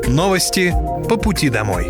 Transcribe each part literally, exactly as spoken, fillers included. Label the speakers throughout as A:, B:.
A: Новости по пути домой.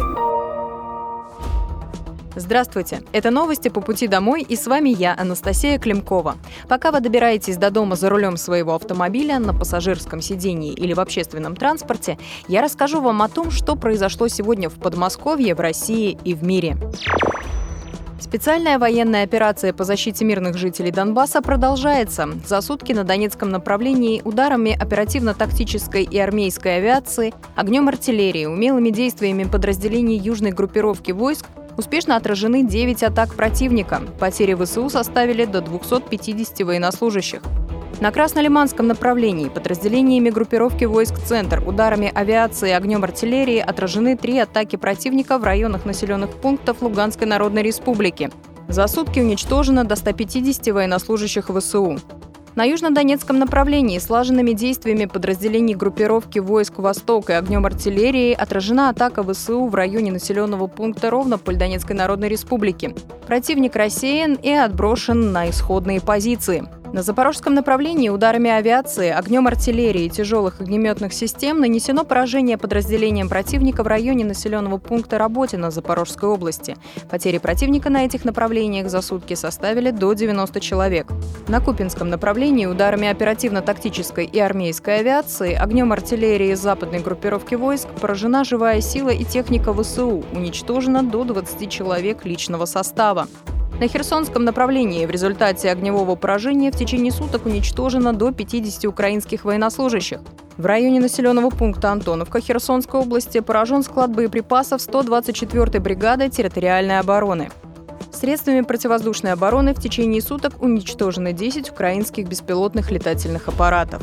B: Здравствуйте! Это новости по пути домой, и с вами я, Анастасия Климкова. Пока вы добираетесь до дома за рулем своего автомобиля, на пассажирском сидении или в общественном транспорте, я расскажу вам о том, что произошло сегодня в Подмосковье, в России и в мире. Специальная военная операция по защите мирных жителей Донбасса продолжается. За сутки на Донецком направлении ударами оперативно-тактической и армейской авиации, огнем артиллерии, умелыми действиями подразделений южной группировки войск успешно отражены девять атак противника. Потери ВСУ составили до двухсот пятидесяти военнослужащих. На Краснолиманском направлении подразделениями группировки войск «Центр» ударами авиации и огнем артиллерии отражены три атаки противника в районах населенных пунктов Луганской Народной Республики. За сутки уничтожено до ста пятидесяти военнослужащих ВСУ. На южнодонецком направлении слаженными действиями подразделений группировки войск «Восток» и огнем артиллерии отражена атака ВСУ в районе населенного пункта Ровнополь Донецкой Народной Республики. Противник рассеян и отброшен на исходные позиции. На запорожском направлении ударами авиации, огнем артиллерии и тяжелых огнеметных систем нанесено поражение подразделениям противника в районе населенного пункта Работино Запорожской области. Потери противника на этих направлениях за сутки составили до девяноста человек. На Купинском направлении ударами оперативно-тактической и армейской авиации, огнем артиллерии западной группировки войск поражена живая сила и техника ВСУ, уничтожено до двадцати человек личного состава. На Херсонском направлении в результате огневого поражения в течение суток уничтожено до пятидесяти украинских военнослужащих. В районе населенного пункта Антоновка Херсонской области поражен склад боеприпасов сто двадцать четвёртой бригады территориальной обороны. Средствами противовоздушной обороны в течение суток уничтожены десять украинских беспилотных летательных аппаратов.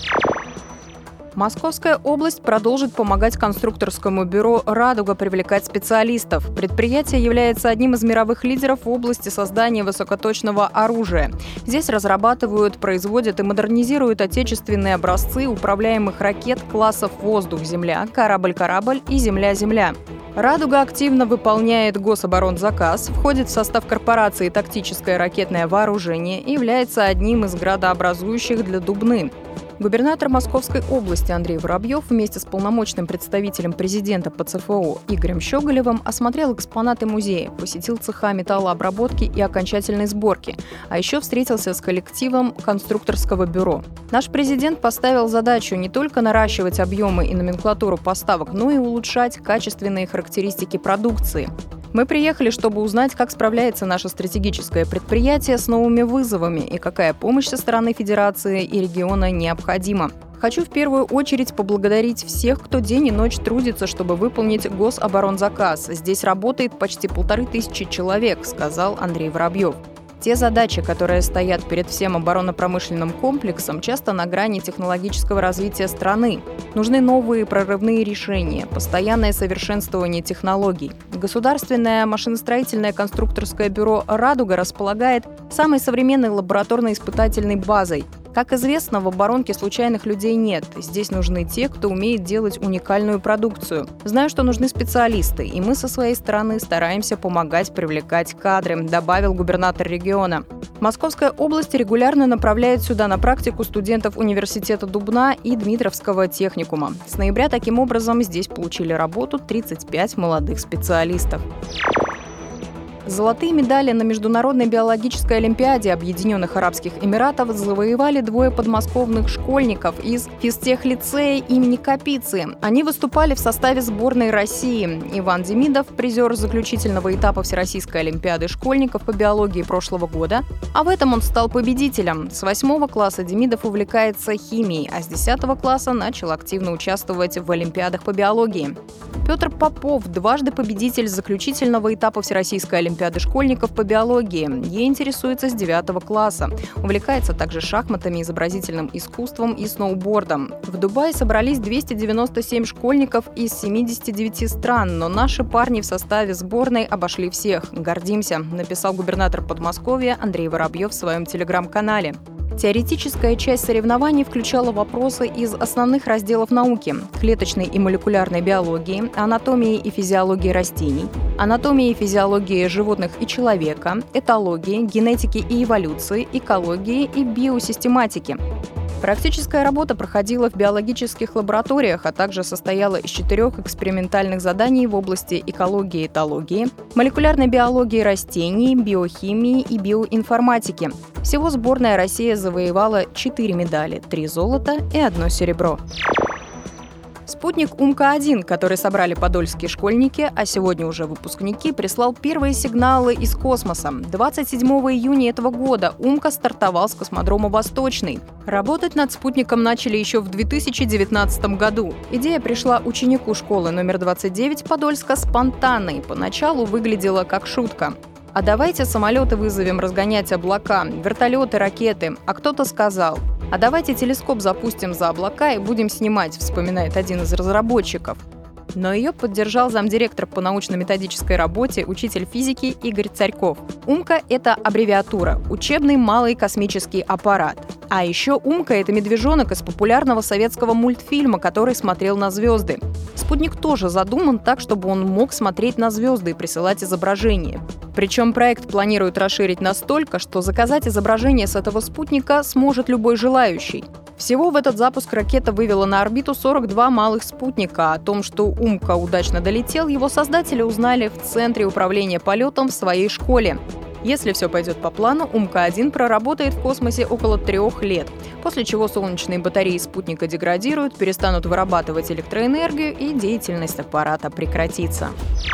B: Московская область продолжит помогать конструкторскому бюро «Радуга» привлекать специалистов. Предприятие является одним из мировых лидеров в области создания высокоточного оружия. Здесь разрабатывают, производят и модернизируют отечественные образцы управляемых ракет классов «Воздух-Земля», «Корабль-Корабль» и «Земля-Земля». «Радуга» активно выполняет гособоронзаказ, входит в состав корпорации «Тактическое ракетное вооружение» и является одним из градообразующих для Дубны. Губернатор Московской области Андрей Воробьев вместе с полномочным представителем президента по ЦФО Игорем Щеголевым осмотрел экспонаты музея, посетил цеха металлообработки и окончательной сборки, а еще встретился с коллективом конструкторского бюро. Наш президент поставил задачу не только наращивать объемы и номенклатуру поставок, но и улучшать качественные характеристики продукции. Мы приехали, чтобы узнать, как справляется наше стратегическое предприятие с новыми вызовами и какая помощь со стороны Федерации и региона необходима. Хочу в первую очередь поблагодарить всех, кто день и ночь трудится, чтобы выполнить гособоронзаказ. Здесь работает почти полторы тысячи человек, сказал Андрей Воробьев. Те задачи, которые стоят перед всем оборонно-промышленным комплексом, часто на грани технологического развития страны. Нужны новые прорывные решения, постоянное совершенствование технологий. Государственное машиностроительное конструкторское бюро «Радуга» располагает самой современной лабораторно-испытательной базой. Как известно, в оборонке случайных людей нет. Здесь нужны те, кто умеет делать уникальную продукцию. Знаю, что нужны специалисты, и мы со своей стороны стараемся помогать привлекать кадры, добавил губернатор региона. Московская область регулярно направляет сюда на практику студентов университета Дубна и Дмитровского техникума. С ноября таким образом здесь получили работу тридцать пять молодых специалистов. Золотые медали на Международной биологической олимпиаде Объединенных Арабских Эмиратов завоевали двое подмосковных школьников из физтехлицея имени Капицы. Они выступали в составе сборной России. Иван Демидов – призер заключительного этапа Всероссийской олимпиады школьников по биологии прошлого года, а в этом он стал победителем. С восьмого класса Демидов увлекается химией, а с десятого класса начал активно участвовать в олимпиадах по биологии. Петр Попов – дважды победитель заключительного этапа Всероссийской олимпиады Олимпиады школьников по биологии. Ей интересуется с девятого класса. Увлекается также шахматами, изобразительным искусством и сноубордом. В Дубае собрались двести девяносто семь школьников из семидесяти девяти стран, но наши парни в составе сборной обошли всех. Гордимся, написал губернатор Подмосковья Андрей Воробьев в своем телеграм-канале. Теоретическая часть соревнований включала вопросы из основных разделов науки – клеточной и молекулярной биологии, анатомии и физиологии растений, анатомии и физиологии животных и человека, этологии, генетики и эволюции, экологии и биосистематики. Практическая работа проходила в биологических лабораториях, а также состояла из четырех экспериментальных заданий в области экологии и этологии, молекулярной биологии растений, биохимии и биоинформатики. Всего сборная России завоевала четыре медали – три золота и одно серебро. Спутник Умка-один, который собрали подольские школьники, а сегодня уже выпускники, прислал первые сигналы из космоса. двадцать седьмого июня этого года Умка стартовал с космодрома «Восточный». Работать над спутником начали еще в две тысячи девятнадцатом году. Идея пришла ученику школы номер двадцать девять Подольска спонтанно и поначалу выглядела как шутка. «А давайте самолеты вызовем разгонять облака, вертолеты, ракеты». А кто-то сказал: «А давайте телескоп запустим за облака и будем снимать», вспоминает один из разработчиков. Но ее поддержал замдиректора по научно-методической работе, учитель физики Игорь Царьков. Умка – это аббревиатура – учебный малый космический аппарат. А еще Умка – это медвежонок из популярного советского мультфильма, который смотрел на звезды. Спутник тоже задуман так, чтобы он мог смотреть на звезды и присылать изображения. Причем проект планируют расширить настолько, что заказать изображение с этого спутника сможет любой желающий. Всего в этот запуск ракета вывела на орбиту сорок два малых спутника. О том, что Умка удачно долетел, его создатели узнали в Центре управления полетом в своей школе. Если все пойдет по плану, Умка-один проработает в космосе около трех лет, после чего солнечные батареи спутника деградируют, перестанут вырабатывать электроэнергию и деятельность аппарата прекратится.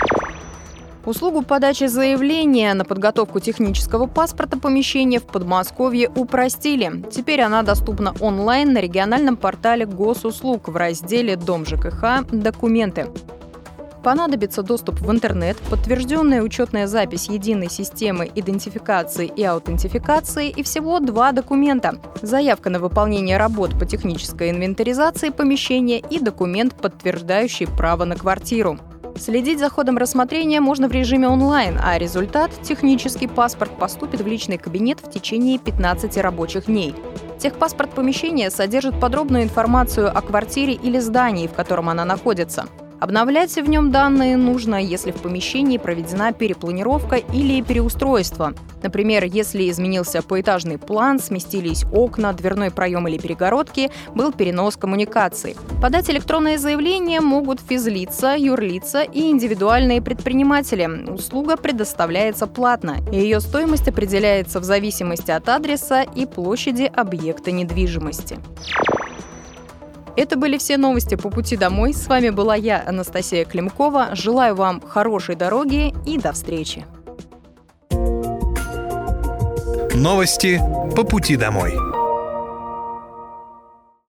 B: Услугу подачи заявления на подготовку технического паспорта помещения в Подмосковье упростили. Теперь она доступна онлайн на региональном портале госуслуг в разделе «Дом ЖКХ. Документы». Понадобится доступ в интернет, подтвержденная учетная запись единой системы идентификации и аутентификации и всего два документа – заявка на выполнение работ по технической инвентаризации помещения и документ, подтверждающий право на квартиру. Следить за ходом рассмотрения можно в режиме онлайн, а результат – технический паспорт – поступит в личный кабинет в течение пятнадцати рабочих дней. Техпаспорт помещения содержит подробную информацию о квартире или здании, в котором она находится. Обновлять в нем данные нужно, если в помещении проведена перепланировка или переустройство. Например, если изменился поэтажный план, сместились окна, дверной проем или перегородки, был перенос коммуникаций. Подать электронное заявление могут физлица, юрлица и индивидуальные предприниматели. Услуга предоставляется платно, и ее стоимость определяется в зависимости от адреса и площади объекта недвижимости. Это были все новости по пути домой. С вами была я, Анастасия Климкова. Желаю вам хорошей дороги и до встречи.
A: Новости по пути домой.